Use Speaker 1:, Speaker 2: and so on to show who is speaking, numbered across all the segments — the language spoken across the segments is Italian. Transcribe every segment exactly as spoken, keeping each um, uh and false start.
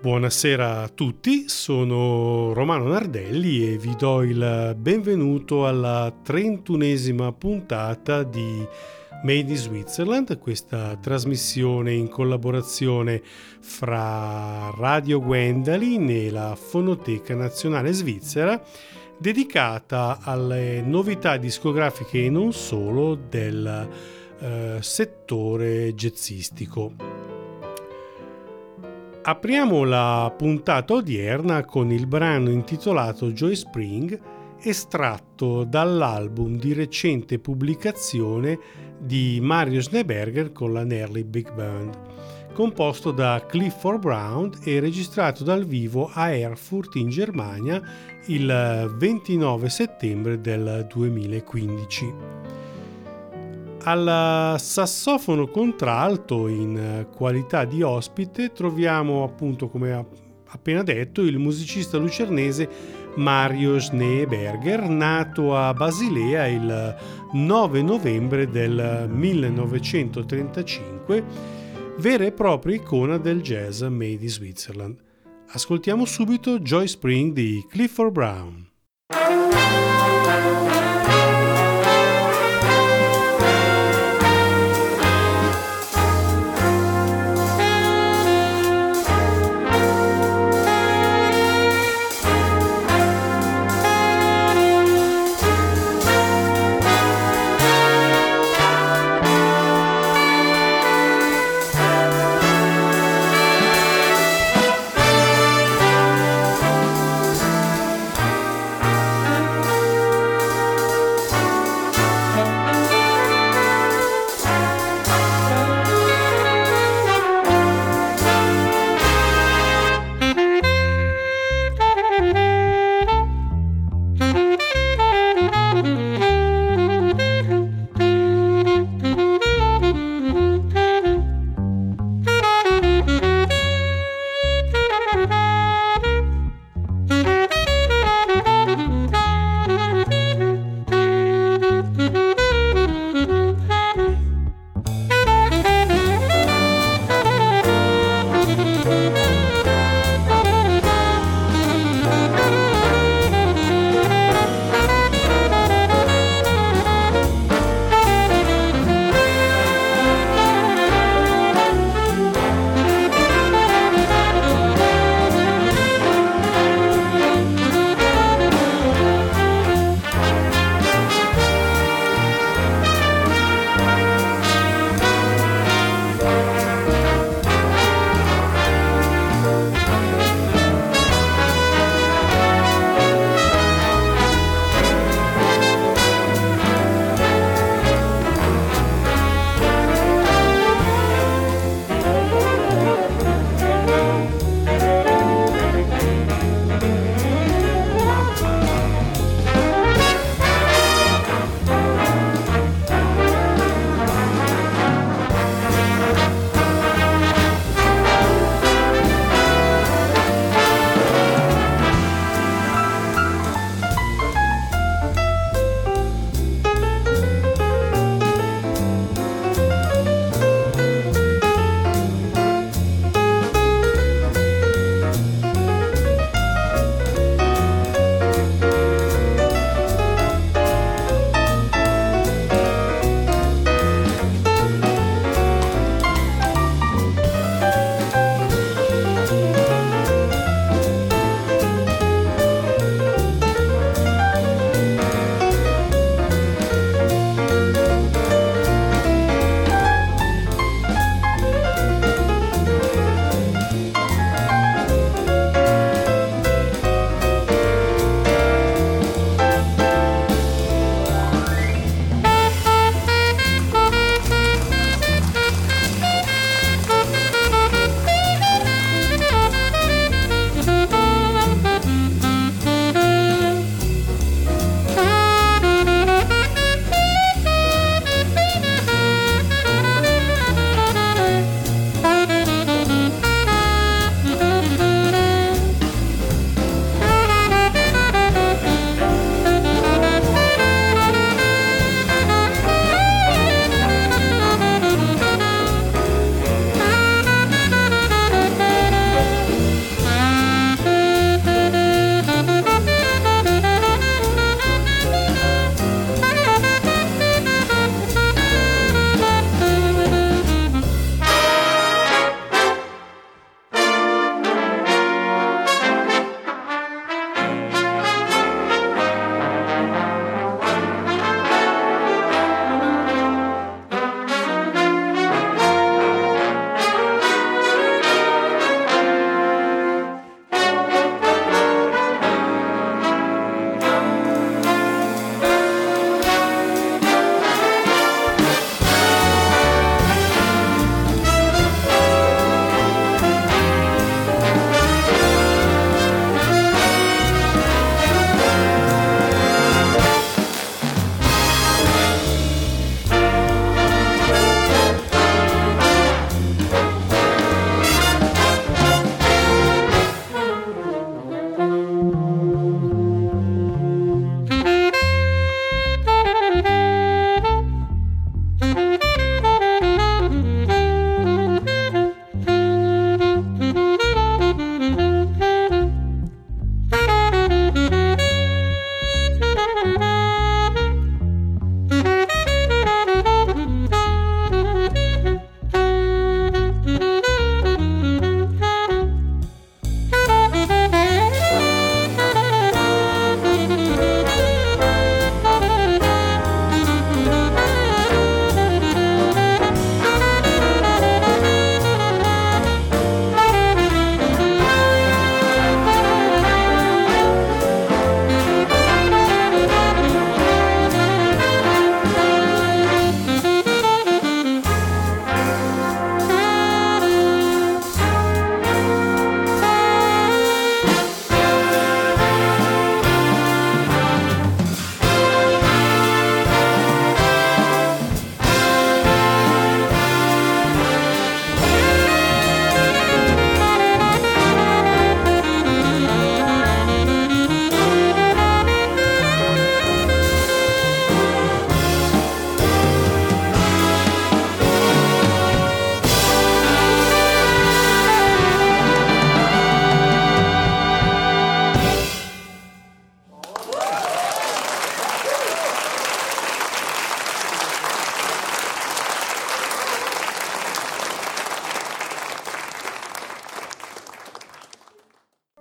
Speaker 1: Buonasera a tutti, sono Romano Nardelli e vi do il benvenuto alla trentunesima puntata di Made in Switzerland, questa trasmissione in collaborazione fra Radio Gwendalin e la Fonoteca Nazionale Svizzera, dedicata alle novità discografiche e non solo del eh, settore jazzistico. Apriamo la puntata odierna con il brano intitolato Joy Spring, estratto dall'album di recente pubblicazione di Mario Schneeberger con la Nerli Big Band, composto da Clifford Brown e registrato dal vivo a Erfurt in Germania il ventinove settembre del duemilaquindici. Al sassofono contralto, in qualità di ospite, troviamo appunto, come appena detto, il musicista lucernese Mario Schneeberger, nato a Basilea il nove novembre del millenovecentotrentacinque, vera e propria icona del jazz made in Switzerland. Ascoltiamo subito Joy Spring di Clifford Brown.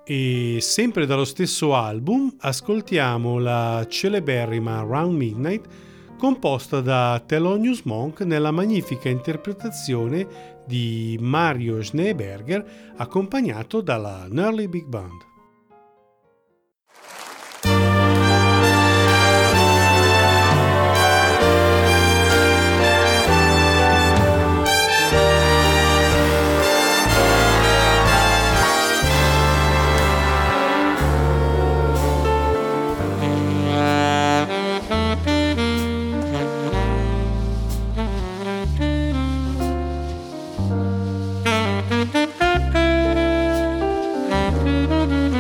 Speaker 1: E sempre dallo stesso album ascoltiamo la celeberrima Round Midnight, composta da Thelonious Monk nella magnifica interpretazione di Mario Schneeberger, accompagnato dalla Nurly Big Band.
Speaker 2: Thank you.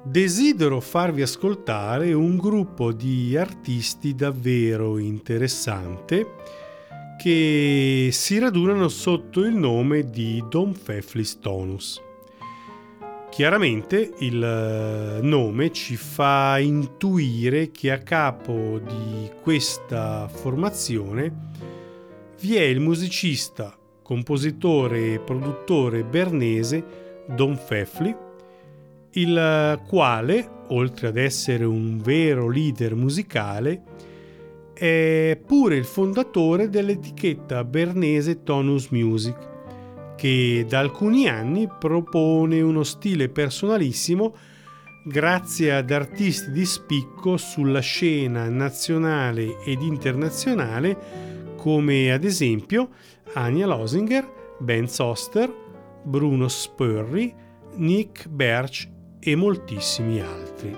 Speaker 1: desidero farvi ascoltare un gruppo di artisti davvero interessante che si radunano sotto il nome di Don Pfefflys Tonus. Chiaramente il nome ci fa intuire che a capo di questa formazione vi è il musicista, compositore e produttore bernese Don Pfeffly, il quale, oltre ad essere un vero leader musicale, è pure il fondatore dell'etichetta bernese Tonus Music, che da alcuni anni propone uno stile personalissimo grazie ad artisti di spicco sulla scena nazionale ed internazionale come ad esempio Anya Losinger, Ben Zoster, Bruno Spurri, Nick Birch e moltissimi altri.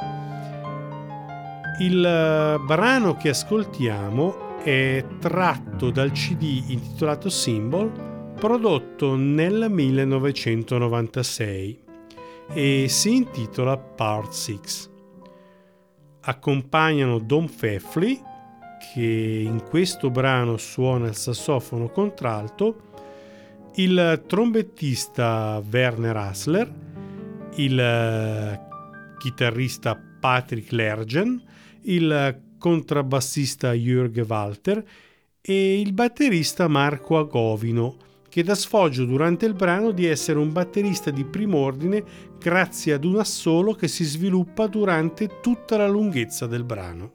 Speaker 1: Il brano che ascoltiamo è tratto dal C D intitolato Symbol, prodotto nel millenovecentonovantasei, e si intitola Part sei. Accompagnano Don Pfeffly, che in questo brano suona il sassofono contralto, il trombettista Werner Hassler, il chitarrista Patrick Lergen, il contrabbassista Jürgen Walter e il batterista Marco Agovino, che dà sfoggio durante il brano di essere un batterista di prim'ordine grazie ad un assolo che si sviluppa durante tutta la lunghezza del brano.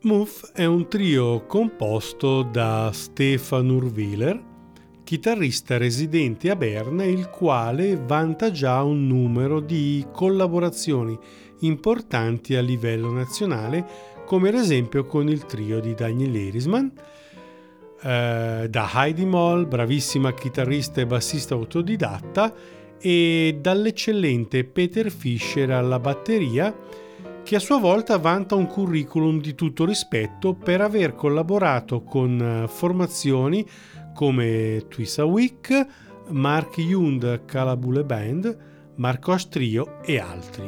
Speaker 1: Muff è un trio composto da Stefan Urwiler, chitarrista residente a Berna, il quale vanta già un numero di collaborazioni importanti a livello nazionale, come ad esempio con il trio di Daniel Erisman, eh, da Heidi Moll, bravissima chitarrista e bassista autodidatta, e dall'eccellente Peter Fischer alla batteria, che a sua volta vanta un curriculum di tutto rispetto per aver collaborato con formazioni come Twisa Week, Mark Yund Calabule Band, Marcos Trio e altri.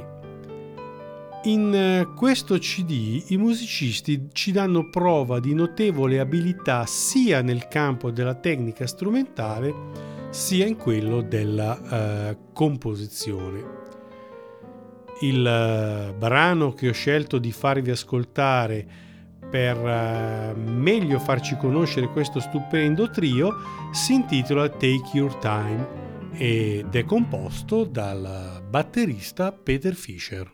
Speaker 1: In questo C D i musicisti ci danno prova di notevole abilità sia nel campo della tecnica strumentale sia in quello della uh, composizione. Il uh, brano che ho scelto di farvi ascoltare per uh, meglio farci conoscere questo stupendo trio si intitola Take Your Time ed è composto dal batterista Peter Fischer.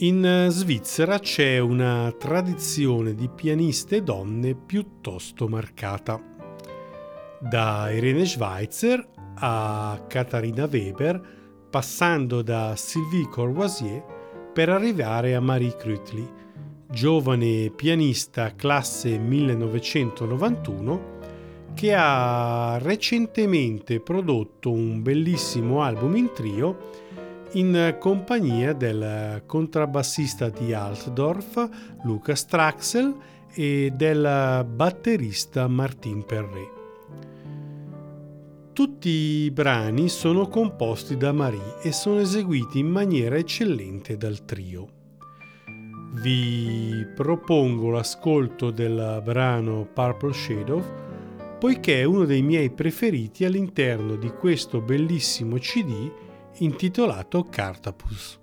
Speaker 1: In Svizzera c'è una tradizione di pianiste donne piuttosto marcata. Da Irene Schweitzer a Katharina Weber, passando da Sylvie Courvoisier per arrivare a Marie Krütli, giovane pianista classe millenovecentonovantuno che ha recentemente prodotto un bellissimo album in trio in compagnia del contrabbassista di Altdorf Lukas Straxel e del batterista Martin Perret. Tutti i brani sono composti da Marie e sono eseguiti in maniera eccellente dal trio. Vi propongo l'ascolto del brano Purple Shadow, poiché è uno dei miei preferiti all'interno di questo bellissimo C D intitolato Cartapus.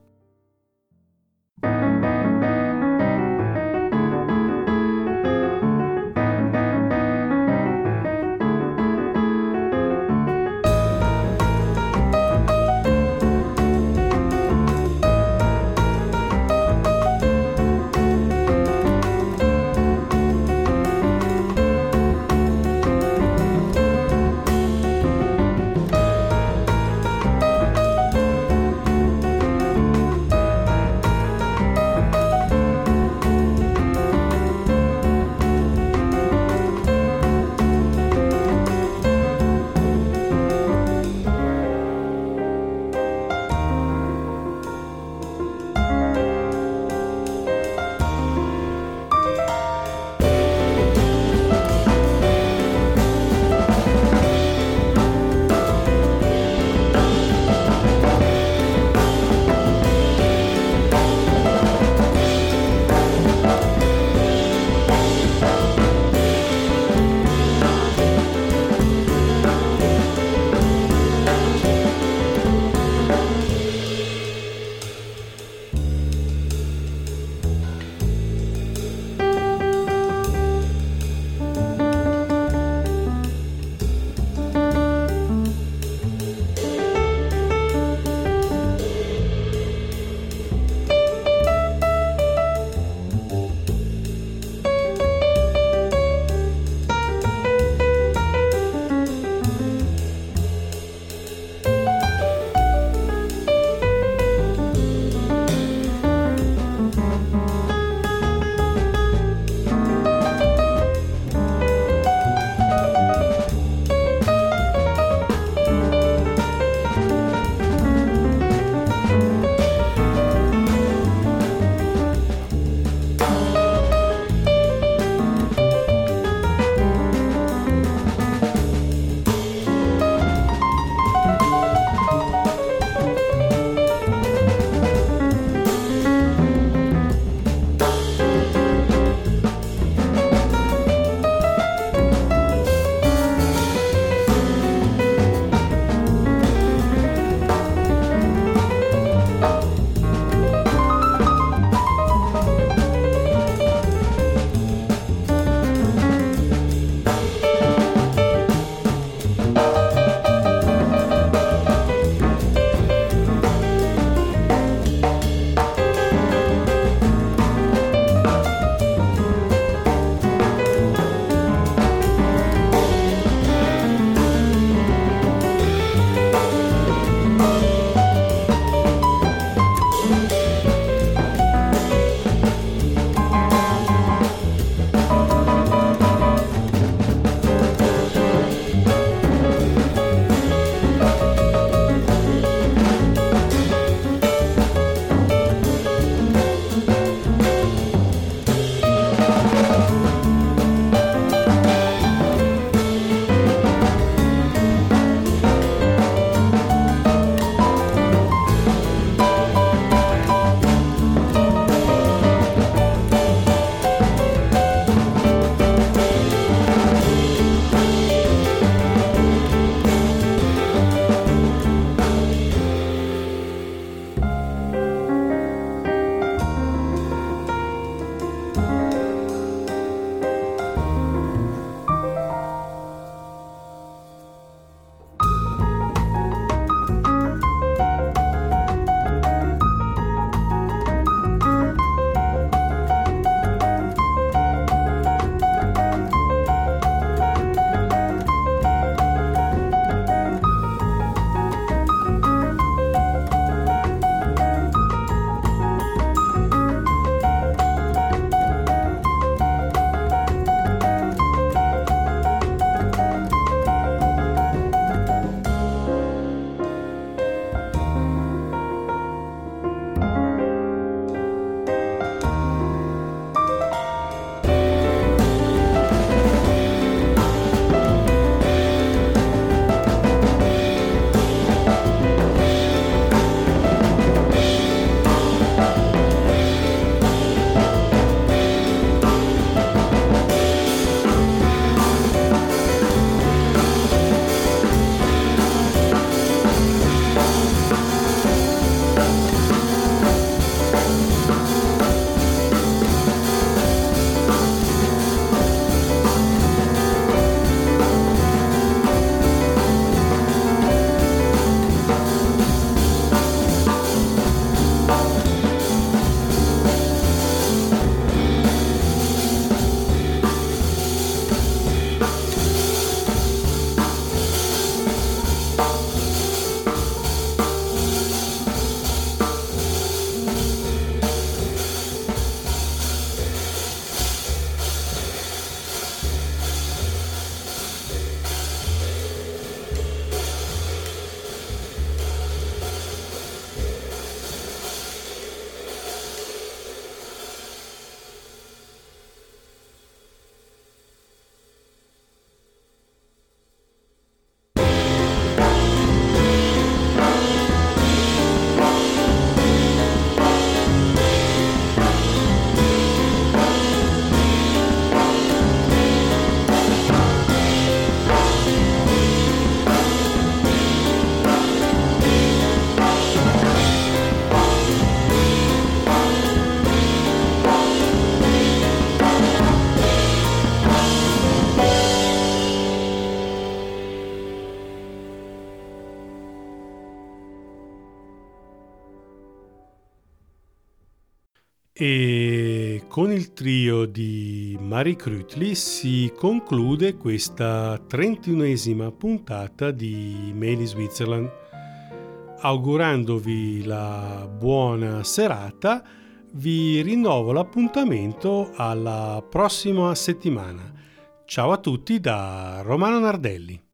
Speaker 1: E con il trio di Mari Krütli si conclude questa trentunesima puntata di Made in Switzerland. Augurandovi la buona serata, vi rinnovo l'appuntamento alla prossima settimana. Ciao a tutti da Romano Nardelli.